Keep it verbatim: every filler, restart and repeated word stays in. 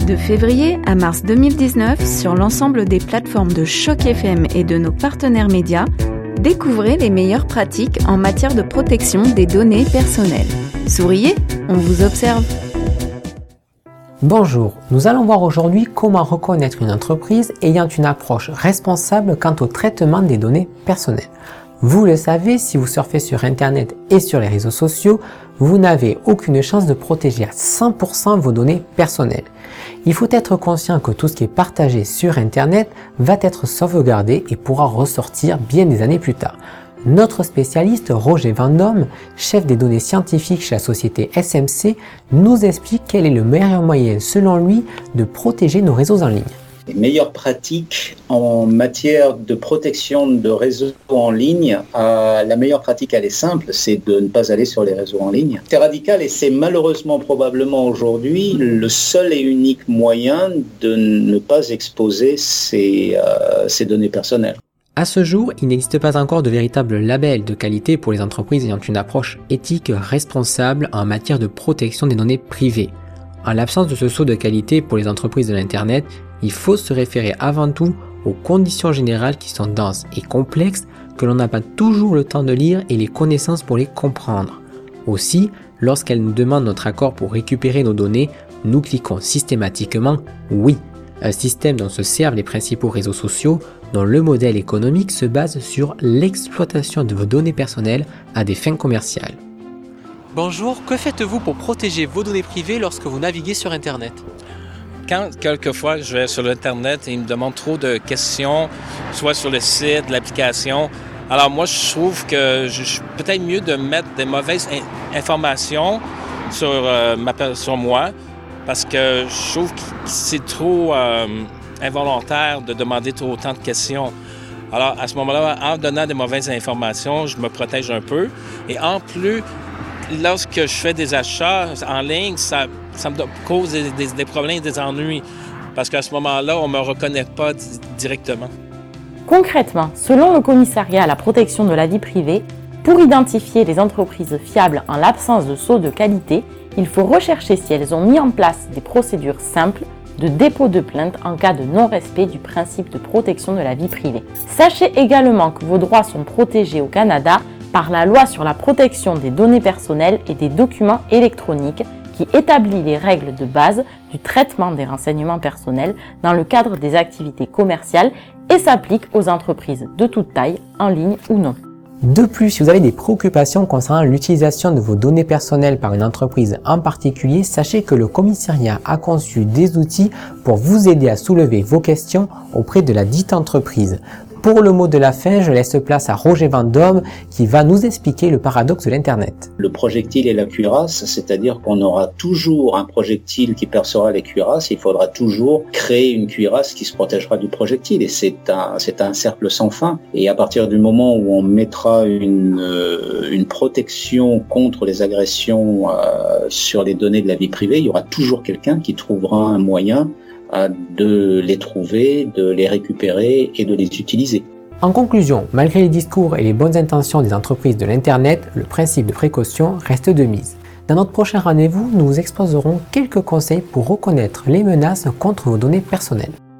De février à mars deux mille dix-neuf, sur l'ensemble des plateformes de Choc F M et de nos partenaires médias, découvrez les meilleures pratiques en matière de protection des données personnelles. Souriez, on vous observe. Bonjour, nous allons voir aujourd'hui comment reconnaître une entreprise ayant une approche responsable quant au traitement des données personnelles. Vous le savez, si vous surfez sur Internet et sur les réseaux sociaux, vous n'avez aucune chance de protéger à cent pour cent vos données personnelles. Il faut être conscient que tout ce qui est partagé sur Internet va être sauvegardé et pourra ressortir bien des années plus tard. Notre spécialiste Roger Vendôme, chef des données scientifiques chez la société S M C, nous explique quel est le meilleur moyen selon lui de protéger nos réseaux en ligne. Les meilleures pratiques en matière de protection de réseaux en ligne, euh, la meilleure pratique, elle est simple, c'est de ne pas aller sur les réseaux en ligne. C'est radical et c'est malheureusement probablement aujourd'hui le seul et unique moyen de ne pas exposer ces, euh, ces données personnelles. À ce jour, il n'existe pas encore de véritable label de qualité pour les entreprises ayant une approche éthique responsable en matière de protection des données privées. En l'absence de ce sceau de qualité pour les entreprises de l'Internet, il faut se référer avant tout aux conditions générales qui sont denses et complexes, que l'on n'a pas toujours le temps de lire et les connaissances pour les comprendre. Aussi, lorsqu'elles nous demandent notre accord pour récupérer nos données, nous cliquons systématiquement « Oui ». Un système dont se servent les principaux réseaux sociaux, dont le modèle économique se base sur l'exploitation de vos données personnelles à des fins commerciales. Bonjour, que faites-vous pour protéger vos données privées lorsque vous naviguez sur Internet? Quand, quelquefois, je vais sur l'Internet et ils me demandent trop de questions, soit sur le site, l'application, alors moi, je trouve que je, je peut-être mieux de mettre des mauvaises in- informations sur, euh, ma, sur moi, parce que je trouve que c'est trop euh, involontaire de demander trop autant de questions. Alors, à ce moment-là, en donnant des mauvaises informations, je me protège un peu. Et en plus, lorsque je fais des achats en ligne, ça, ça me cause des, des, des problèmes, des ennuis, parce qu'à ce moment-là, on ne me reconnaît pas di- directement. Concrètement, selon le commissariat à la protection de la vie privée, pour identifier les entreprises fiables en l'absence de sceau de qualité, il faut rechercher si elles ont mis en place des procédures simples de dépôt de plainte en cas de non-respect du principe de protection de la vie privée. Sachez également que vos droits sont protégés au Canada par la loi sur la protection des données personnelles et des documents électroniques qui établit les règles de base du traitement des renseignements personnels dans le cadre des activités commerciales et s'applique aux entreprises de toute taille, en ligne ou non. De plus, si vous avez des préoccupations concernant l'utilisation de vos données personnelles par une entreprise en particulier, sachez que le commissariat a conçu des outils pour vous aider à soulever vos questions auprès de la dite entreprise. Pour le mot de la fin, je laisse place à Roger Vendôme qui va nous expliquer le paradoxe de l'Internet. Le projectile et la cuirasse, c'est-à-dire qu'on aura toujours un projectile qui percera les cuirasses, il faudra toujours créer une cuirasse qui se protégera du projectile et c'est un, c'est un cercle sans fin. Et à partir du moment où on mettra une, euh, une protection contre les agressions euh, sur les données de la vie privée, il y aura toujours quelqu'un qui trouvera un moyen de les trouver, de les récupérer et de les utiliser. En conclusion, malgré les discours et les bonnes intentions des entreprises de l'Internet, le principe de précaution reste de mise. Dans notre prochain rendez-vous, nous vous exposerons quelques conseils pour reconnaître les menaces contre vos données personnelles.